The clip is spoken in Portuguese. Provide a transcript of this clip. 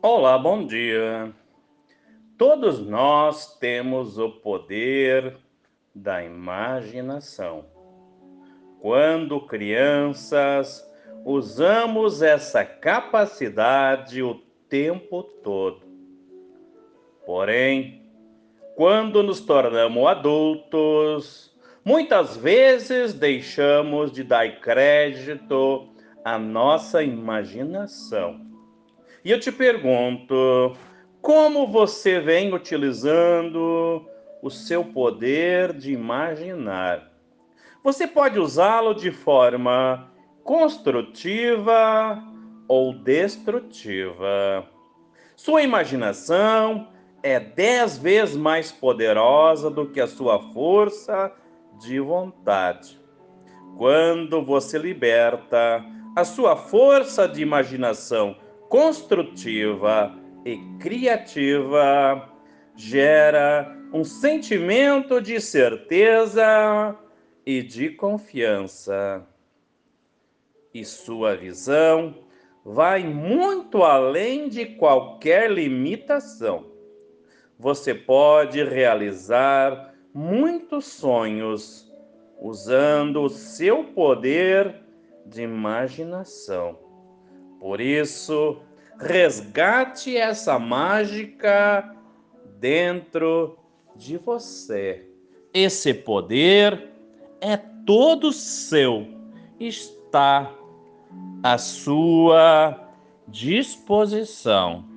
Olá, bom dia. Todos nós temos o poder da imaginação. Quando crianças, usamos essa capacidade o tempo todo. Porém, quando nos tornamos adultos, muitas vezes deixamos de dar crédito à nossa imaginação. E eu te pergunto, como você vem utilizando o seu poder de imaginar? Você pode usá-lo de forma construtiva ou destrutiva. Sua imaginação é 10 vezes mais poderosa do que a sua força de vontade. Quando você liberta a sua força de imaginação construtiva e criativa, gera um sentimento de certeza e de confiança. E sua visão vai muito além de qualquer limitação. Você pode realizar muitos sonhos usando o seu poder de imaginação. Por isso, resgate essa mágica dentro de você. Esse poder é todo seu, está à sua disposição.